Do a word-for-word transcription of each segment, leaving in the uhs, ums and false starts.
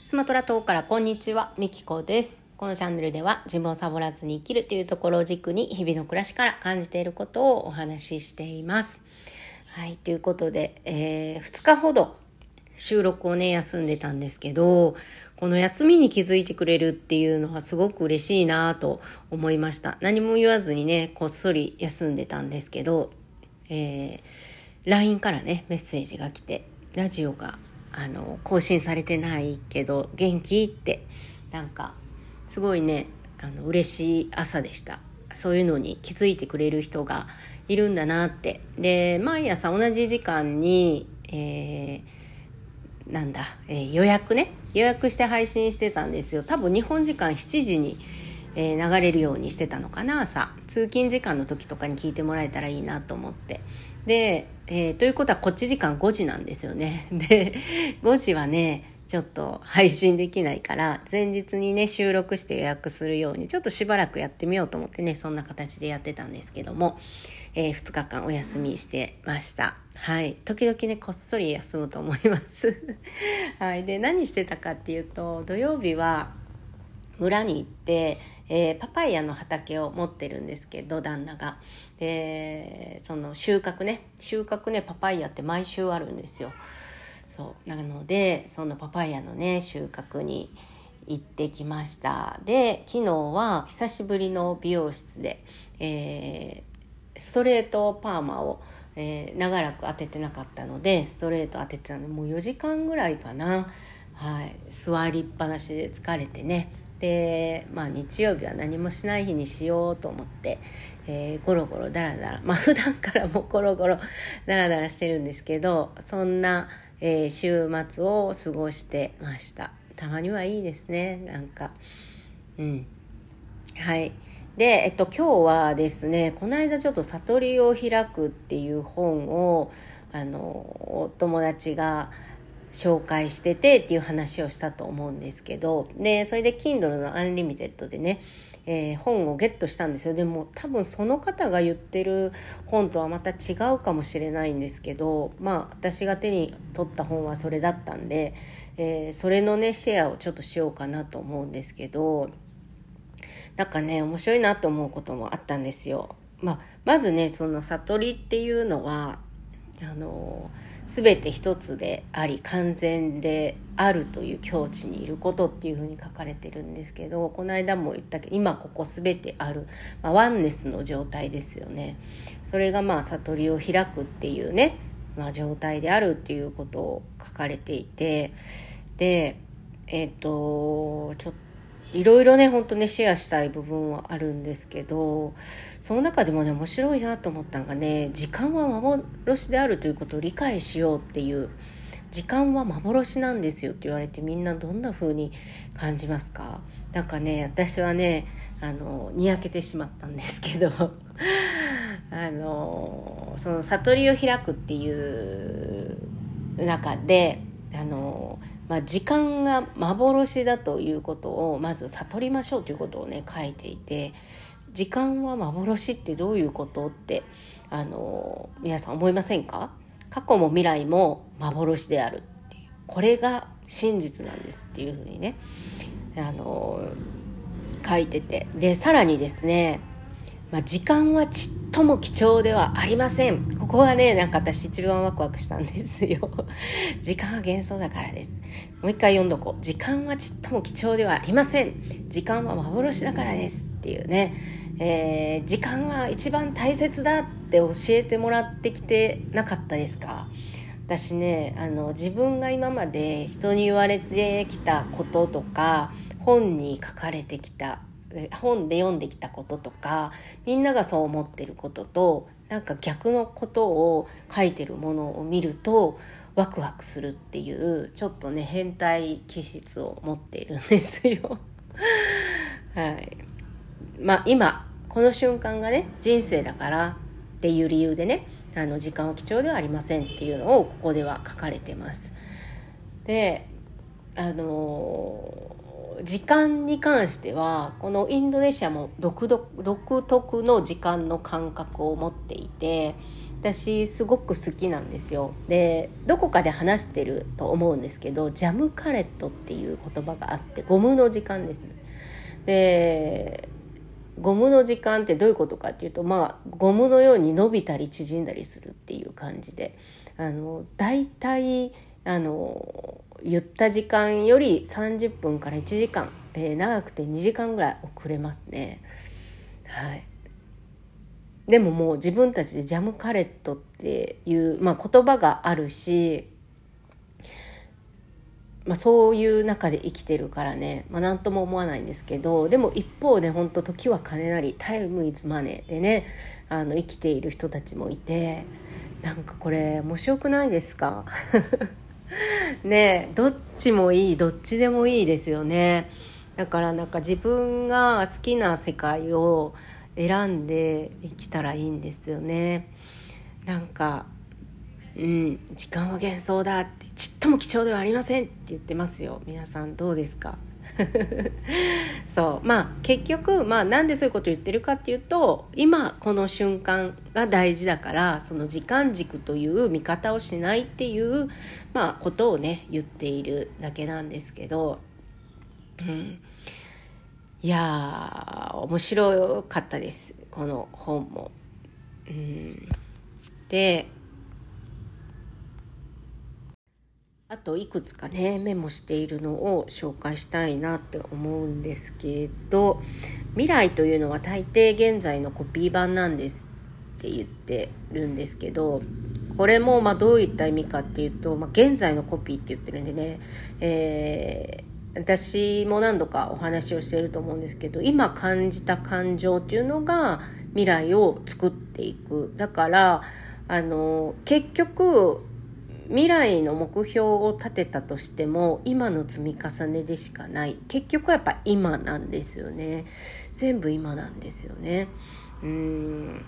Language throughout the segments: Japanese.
スマトラ島からこんにちは、みきこです。このチャンネルでは自分をサボらずに生きるというところを軸に日々の暮らしから感じていることをお話ししています。はい、ということで、えー、ふつかほど収録をね休んでたんですけど、この休みに気づいてくれるっていうのはすごく嬉しいなと思いました。何も言わずにねこっそり休んでたんですけど、えー、ライン からねメッセージが来て、ラジオがあの更新されてないけど元気ってなんかすごいねあの嬉しい朝でした。そういうのに気づいてくれる人がいるんだなって。で毎朝同じ時間に、えー、なんだ、えー、予約ね予約して配信してたんですよ。多分日本時間しちじに、えー、流れるようにしてたのかな。朝通勤時間の時とかに聞いてもらえたらいいなと思って。で、えー、ということはこっち時間ごじなんですよね。でごじはねちょっと配信できないから前日にね収録して予約するようにちょっとしばらくやってみようと思ってねそんな形でやってたんですけども、えー、ふつかかんお休みしてました。はい、時々ねこっそり休むと思いますはい、で何してたかっていうと、土曜日は村に行って、えー、パパイヤの畑を持ってるんですけど旦那が、でその収穫ね収穫ねパパイヤって毎週あるんですよ。そうなのでそのパパイヤのね収穫に行ってきました。で昨日は久しぶりの美容室で、えー、ストレートパーマを、えー、長らく当ててなかったのでストレート当ててたのでもうよじかんぐらいかな。はい、座りっぱなしで疲れてね。でまあ日曜日は何もしない日にしようと思って、えー、ゴロゴロダラダラまあ普段からもゴロゴロダラダラしてるんですけど、そんなえー、週末を過ごしてました。たまにはいいですねなんか。うんはいで、えっと、今日はですねこの間ちょっと悟りを開くっていう本をあのお友達が紹介しててっていう話をしたと思うんですけど、でそれで Kindle の Unlimited でね、えー、本をゲットしたんですよ。でも多分その方が言ってる本とはまた違うかもしれないんですけど、まあ私が手に取った本はそれだったんで、えー、それのねシェアをちょっとしようかなと思うんですけど、なんかね面白いなと思うこともあったんですよ。まあ、まずねその悟りっていうのはあの全て一つであり完全であるという境地にいることっていうふうに書かれてるんですけど、この間も言ったけど今ここ全てある、まあ、ワンネスの状態ですよね。それがまあ悟りを開くっていうね、まあ、状態であるっていうことを書かれていて、でえっ、ー、とちょっといろいろね本当ねシェアしたい部分はあるんですけど、その中でもね面白いなと思ったのがね、時間は幻であるということを理解しようっていう、時間は幻なんですよって言われてみんなどんな風に感じますか？なんかね私はねあのにやけてしまったんですけどあのその悟りを開くっていう中であのまあ、時間が幻だということをまず悟りましょうということをね書いていて、時間は幻ってどういうことってあの皆さん思いませんか？過去も未来も幻であるっていう、これが真実なんですっていうふうにねあの書いてて、でさらにですね、まあ、時間はちっとも貴重ではありません。ここがねなんか私一番ワクワクしたんですよ時間は幻想だからです。もう一回読んどこう。時間はちっとも貴重ではありません。時間は幻だからですっていうね、えー、時間は一番大切だって教えてもらってきてなかったですか？私ねあの自分が今まで人に言われてきたこととか本に書かれてきた本で読んできたこととかみんながそう思ってることとなんか逆のことを書いてるものを見るとワクワクするっていうちょっとね変態気質を持っているんですよはい、まあ今この瞬間がね人生だからっていう理由でねあの時間は貴重ではありませんっていうのをここでは書かれてます。であの時間に関してはこのインドネシアも独独独特の時間の感覚を持っていて、 私すごく好きなんですよ。でどこかで話してると思うんですけど、ジャムカレットっていう言葉があって、ゴムの時間ですね。でゴムの時間ってどういうことかっていうと、まあゴムのように伸びたり縮んだりするっていう感じで、あのだいたいあの言った時間よりさんじゅっぷんからいちじかん、えー、長くてにじかんぐらい遅れますね。はい。でももう自分たちでジャムカレットっていう、まあ、言葉があるし、まあ、そういう中で生きてるからね、まあ、何とも思わないんですけど、でも一方で本当時は金なり、タイムイズマネーでね、あの生きている人たちもいて、なんかこれ面白くないですかねえ、どっちもいい、どっちでもいいですよね。だからなんか自分が好きな世界を選んで生きたらいいんですよね。なんか、うん、時間は幻想だってちっとも貴重ではありませんって言ってますよ。皆さんどうですかそう、まあ結局、まあ、なんでそういうこと言ってるかっていうと、今この瞬間が大事だから、その時間軸という見方をしないっていう、まあ、ことをね言っているだけなんですけど、うん、いやー面白かったです、この本も。うん、であといくつかねメモしているのを紹介したいなって思うんですけど、未来というのは大抵現在のコピー版なんですって言ってるんですけど、これもまあどういった意味かっていうと、まあ、現在のコピーって言ってるんでね、えー、私も何度かお話をしていると思うんですけど、今感じた感情っていうのが未来を作っていく。だからあの結局未来の目標を立てたとしても今の積み重ねでしかない。結局はやっぱ今なんですよね。全部今なんですよね。うーん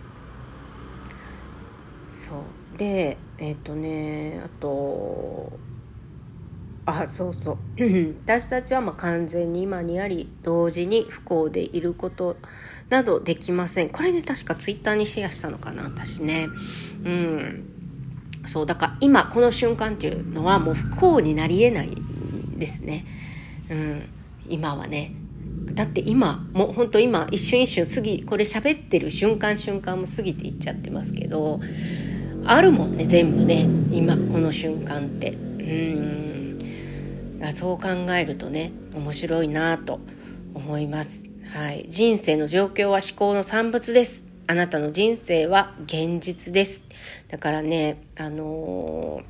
そうでえっ、ー、とねあとあそうそう私たちはまあ完全に今にあり、同時に不幸でいることなどできません。これね確かツイッターにシェアしたのかな、私ね。うんそうだから今この瞬間っていうのはもう不幸になり得ないんですね。うん、今はね。だって今もう本当今一瞬一瞬過ぎ、これ喋ってる瞬間瞬間も過ぎていっちゃってますけど、あるもんね全部ね、今この瞬間って。うんそう考えるとね面白いなと思います。はい、人生の状況は思考の産物です。あなたの人生は現実です。だからね、あのー、思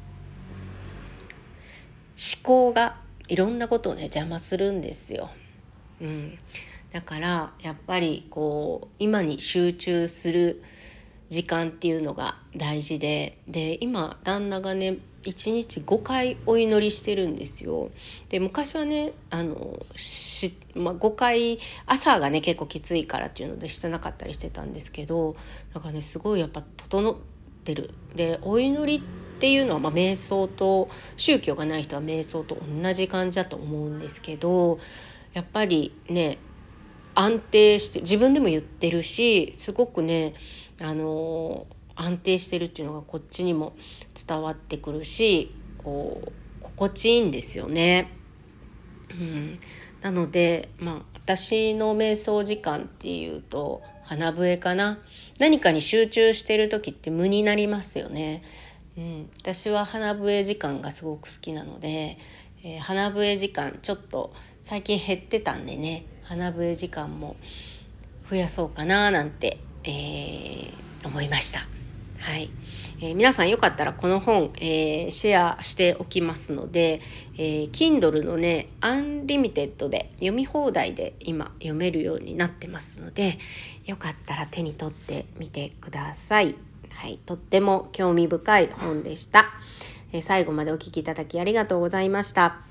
考がいろんなことをね邪魔するんですよ。うん、だからやっぱりこう今に集中する時間っていうのが大事で、で今旦那がねいちにちごかいお祈りしてるんですよ。で昔はねあのし、まあ、ごかい朝がね結構きついからっていうのでしてなかったりしてたんですけど、なんかねすごいやっぱ整ってる。でお祈りっていうのは、まあ、瞑想と宗教がない人は瞑想と同じ感じだと思うんですけど、やっぱりね安定して自分でも言ってるし、すごくねあの安定してるっていうのがこっちにも伝わってくるし、こう心地いいんですよね。うん、なのでまあ私の瞑想時間っていうと鼻笛かな。何かに集中してる時って無になりますよね。うん、私は鼻笛時間がすごく好きなので、えー、鼻笛時間ちょっと最近減ってたんでね、鼻笛時間も増やそうかななんて、えー、思いました。はい、えー、皆さんよかったらこの本、えー、シェアしておきますので、えー、Kindle のねアンリミテッドで読み放題で今読めるようになってますので、よかったら手に取ってみてください。はい、とっても興味深い本でした。えー、最後までお聞きいただきありがとうございました。